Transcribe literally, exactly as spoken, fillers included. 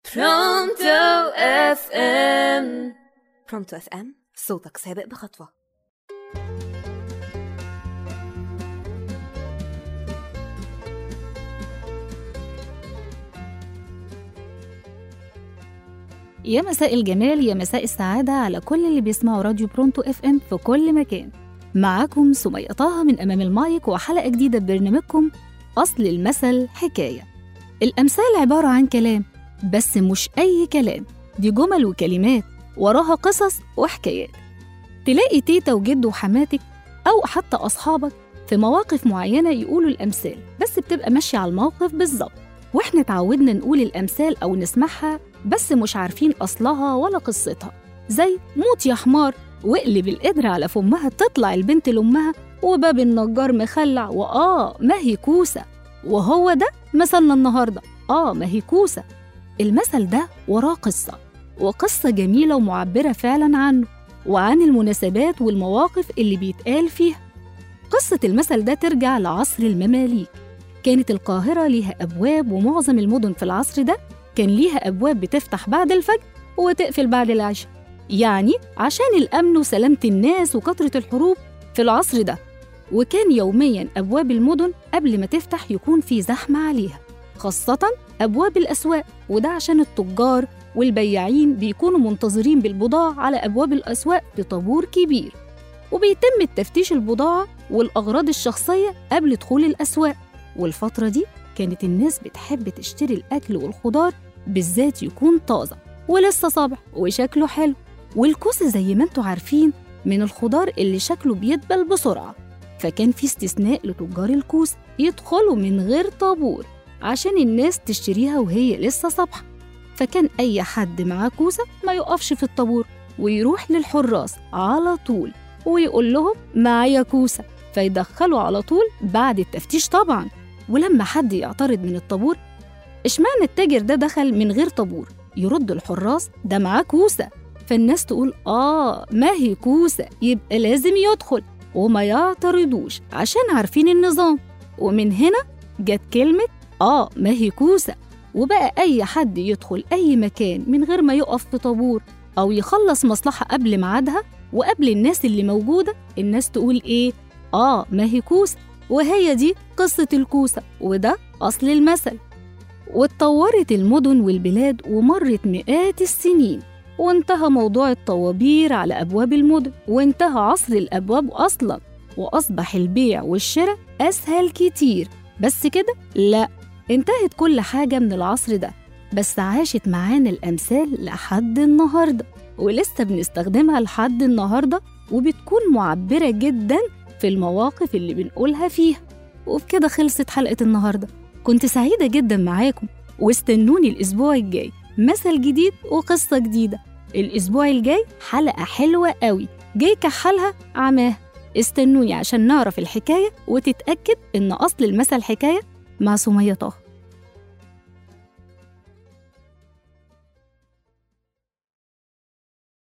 برونتو اف ام. برونتو اف ام، صوتك سابق بخطوة. يا مساء الجمال، يا مساء السعادة على كل اللي بيسمعوا راديو برونتو اف ام في كل مكان. معاكم سمية طه من أمام المايك، وحلقة جديدة ببرنامجكم أصل المثل حكاية. الأمثال عبارة عن كلام، بس مش أي كلام، دي جمل وكلمات وراها قصص وحكايات. تلاقي تيتا وجد وحماتك أو حتى أصحابك في مواقف معينة يقولوا الأمثال، بس بتبقى ماشية على الموقف بالظبط. وإحنا تعودنا نقول الأمثال أو نسمعها بس مش عارفين أصلها ولا قصتها، زي موت يا حمار، واقلب القدر على فمها تطلع البنت لأمها، وباب النجار مخلع، وآه ما هي كوسة. وهو ده مثلنا النهاردة، آه ما هي كوسة. المثل ده وراه قصة، وقصة جميلة ومعبرة فعلاً عنه وعن المناسبات والمواقف اللي بيتقال فيها. قصة المثل ده ترجع لعصر المماليك. كانت القاهرة ليها أبواب، ومعظم المدن في العصر ده كان ليها أبواب بتفتح بعد الفجر وتقفل بعد العشاء، يعني عشان الأمن وسلامة الناس وكثرة الحروب في العصر ده. وكان يومياً أبواب المدن قبل ما تفتح يكون في زحمة عليها، خاصة أبواب الأسواق، وده عشان التجار والبياعين بيكونوا منتظرين بالبضاعة على أبواب الأسواق بطابور كبير، وبيتم التفتيش البضاعة والأغراض الشخصية قبل دخول الأسواق. والفترة دي كانت الناس بتحب تشتري الأكل والخضار بالذات يكون طازة ولسه صابح وشكله حلو. والكوسة زي ما انتوا عارفين من الخضار اللي شكله بيدبل بسرعة، فكان في استثناء لتجار الكوسة يدخلوا من غير طابور عشان الناس تشتريها وهي لسه صابحة. فكان أي حد معاه كوسة ما يقفش في الطابور، ويروح للحراس على طول ويقول لهم معايا كوسة، فيدخلوا على طول بعد التفتيش طبعاً. ولما حد يعترض من الطابور، اشمعنى التاجر ده دخل من غير طابور، يرد الحراس ده معاه كوسة، فالناس تقول آه ما هي كوسة، يبقى لازم يدخل وما يعترضوش عشان عارفين النظام. ومن هنا جت كلمة آه ما هي كوسة. وبقى أي حد يدخل أي مكان من غير ما يقف في طابور أو يخلص مصلحة قبل ميعادها وقبل الناس اللي موجودة، الناس تقول إيه؟ آه ما هي كوسة. وهي دي قصة الكوسة، وده أصل المثل. واتطورت المدن والبلاد ومرت مئات السنين، وانتهى موضوع الطوابير على أبواب المدن، وانتهى عصر الأبواب أصلاً، وأصبح البيع والشراء أسهل كتير. بس كده؟ لا، انتهت كل حاجة من العصر ده، بس عاشت معانا الأمثال لحد النهاردة، ولسه بنستخدمها لحد النهاردة، وبتكون معبرة جداً في المواقف اللي بنقولها فيها. وبكده خلصت حلقة النهاردة. كنت سعيدة جداً معاكم، واستنوني الأسبوع الجاي مثل جديد وقصة جديدة. الأسبوع الجاي حلقة حلوة قوي جاي كحلها عماه. استنوني عشان نعرف الحكاية وتتأكد إن أصل المثل حكاية مع سمية طه.